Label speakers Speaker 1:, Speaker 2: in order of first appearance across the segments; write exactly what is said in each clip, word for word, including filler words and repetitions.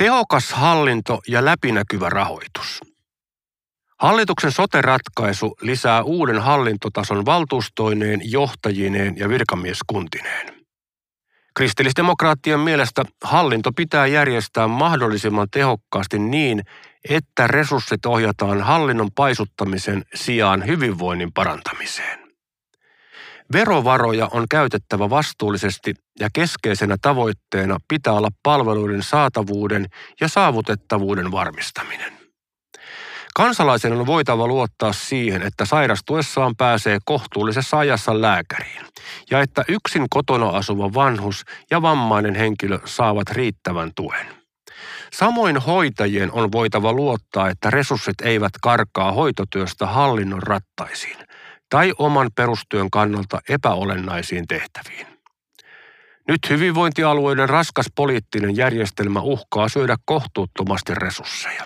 Speaker 1: Tehokas hallinto ja läpinäkyvä rahoitus. Hallituksen sote-ratkaisu lisää uuden hallintotason valtuustoineen, johtajineen ja virkamieskuntineen. Kristillisdemokraattien mielestä hallinto pitää järjestää mahdollisimman tehokkaasti niin, että resurssit ohjataan hallinnon paisuttamisen sijaan hyvinvoinnin parantamiseen. Verovaroja on käytettävä vastuullisesti ja keskeisenä tavoitteena pitää olla palveluiden saatavuuden ja saavutettavuuden varmistaminen. Kansalaisen on voitava luottaa siihen, että sairastuessaan pääsee kohtuullisessa ajassa lääkäriin ja että yksin kotona asuva vanhus ja vammainen henkilö saavat riittävän tuen. Samoin hoitajien on voitava luottaa, että resurssit eivät karkaa hoitotyöstä hallinnon rattaisiin tai oman perustyön kannalta epäolennaisiin tehtäviin. Nyt hyvinvointialueiden raskas poliittinen järjestelmä uhkaa syödä kohtuuttomasti resursseja.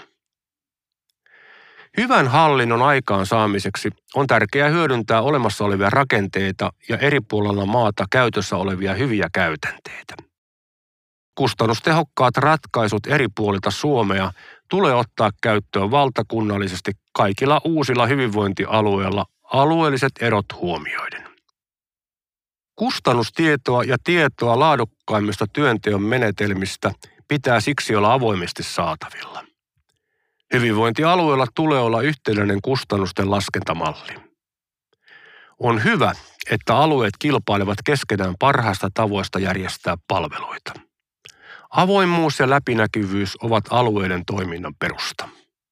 Speaker 1: Hyvän hallinnon aikaansaamiseksi on tärkeää hyödyntää olemassa olevia rakenteita ja eri puolilla maata käytössä olevia hyviä käytänteitä. Kustannustehokkaat ratkaisut eri puolilta Suomea tulee ottaa käyttöön valtakunnallisesti kaikilla uusilla hyvinvointialueilla alueelliset erot huomioiden. Kustannustietoa ja tietoa laadukkaimmista työnteon menetelmistä pitää siksi olla avoimesti saatavilla. Hyvinvointialueella tulee olla yhtenäinen kustannusten laskentamalli. On hyvä, että alueet kilpailevat keskenään parhaista tavoista järjestää palveluita. Avoimuus ja läpinäkyvyys ovat alueiden toiminnan perusta.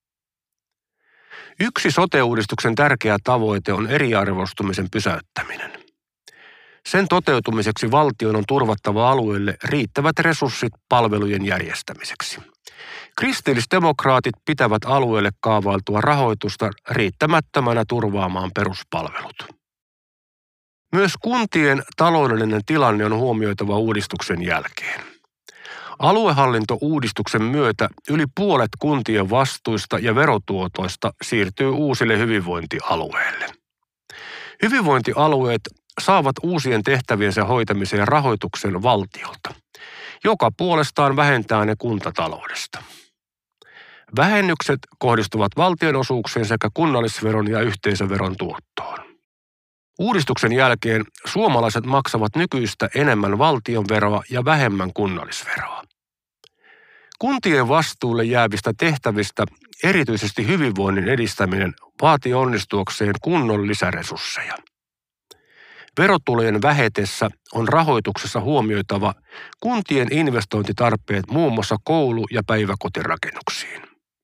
Speaker 1: Yksi sote-uudistuksen tärkeä tavoite on eriarvoistumisen pysäyttäminen. Sen toteutumiseksi valtion on turvattava alueelle riittävät resurssit palvelujen järjestämiseksi. Kristillisdemokraatit pitävät alueelle kaavailtua rahoitusta riittämättömänä turvaamaan peruspalvelut. Myös kuntien taloudellinen tilanne on huomioitava uudistuksen jälkeen. Aluehallintouudistuksen myötä yli puolet kuntien vastuista ja verotuotoista siirtyy uusille hyvinvointialueille. Hyvinvointialueet saavat uusien tehtäviensä hoitamiseen rahoituksen valtiolta, joka puolestaan vähentää ne kuntataloudesta. Vähennykset kohdistuvat valtionosuuksien sekä kunnallisveron ja yhteisöveron tuottoon. Uudistuksen jälkeen suomalaiset maksavat nykyistä enemmän valtionveroa ja vähemmän kunnallisveroa. Kuntien vastuulle jäävistä tehtävistä erityisesti hyvinvoinnin edistäminen vaatii onnistuakseen kunnon lisäresursseja. Verotulojen vähetessä on rahoituksessa huomioitava kuntien investointitarpeet muun muassa koulu- ja päiväkotirakennuksiin.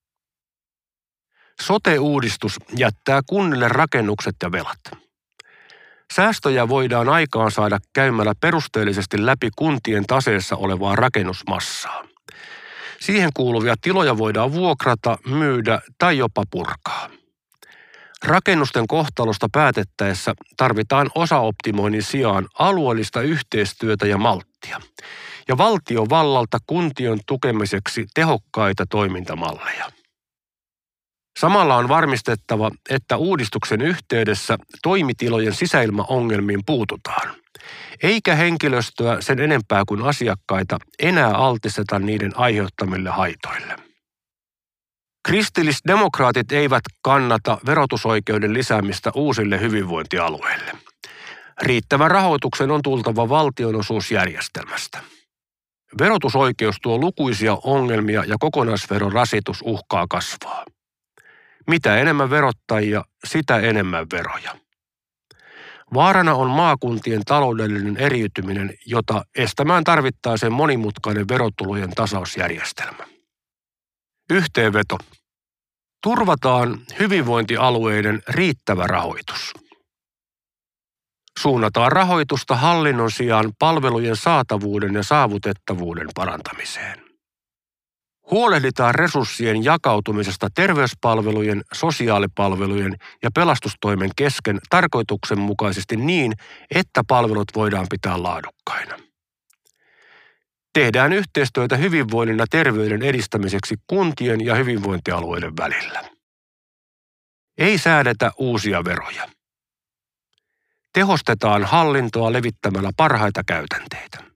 Speaker 1: Sote-uudistus jättää kunnille rakennukset ja velat. Säästöjä voidaan aikaan saada käymällä perusteellisesti läpi kuntien taseessa olevaa rakennusmassaa. Siihen kuuluvia tiloja voidaan vuokrata, myydä tai jopa purkaa. Rakennusten kohtalosta päätettäessä tarvitaan osaoptimoinnin sijaan alueellista yhteistyötä ja malttia, ja valtiovallalta kuntien tukemiseksi tehokkaita toimintamalleja. Samalla on varmistettava, että uudistuksen yhteydessä toimitilojen sisäilmaongelmiin puututaan, eikä henkilöstöä sen enempää kuin asiakkaita enää altisteta niiden aiheuttamille haitoille. Kristillisdemokraatit eivät kannata verotusoikeuden lisäämistä uusille hyvinvointialueille. Riittävän rahoituksen on tultava valtionosuusjärjestelmästä. Verotusoikeus tuo lukuisia ongelmia ja kokonaisveron rasitus uhkaa kasvaa. Mitä enemmän verottajia, sitä enemmän veroja. Vaarana on maakuntien taloudellinen eriytyminen, jota estämään tarvittaisiin monimutkainen verotulojen tasausjärjestelmä. Yhteenveto. Turvataan hyvinvointialueiden riittävä rahoitus. Suunnataan rahoitusta hallinnon sijaan palvelujen saatavuuden ja saavutettavuuden parantamiseen. Huolehditaan resurssien jakautumisesta terveyspalvelujen, sosiaalipalvelujen ja pelastustoimen kesken tarkoituksenmukaisesti niin, että palvelut voidaan pitää laadukkaina. Tehdään yhteistyötä hyvinvoinnin ja terveyden edistämiseksi kuntien ja hyvinvointialueiden välillä. Ei säädetä uusia veroja. Tehostetaan hallintoa levittämällä parhaita käytänteitä.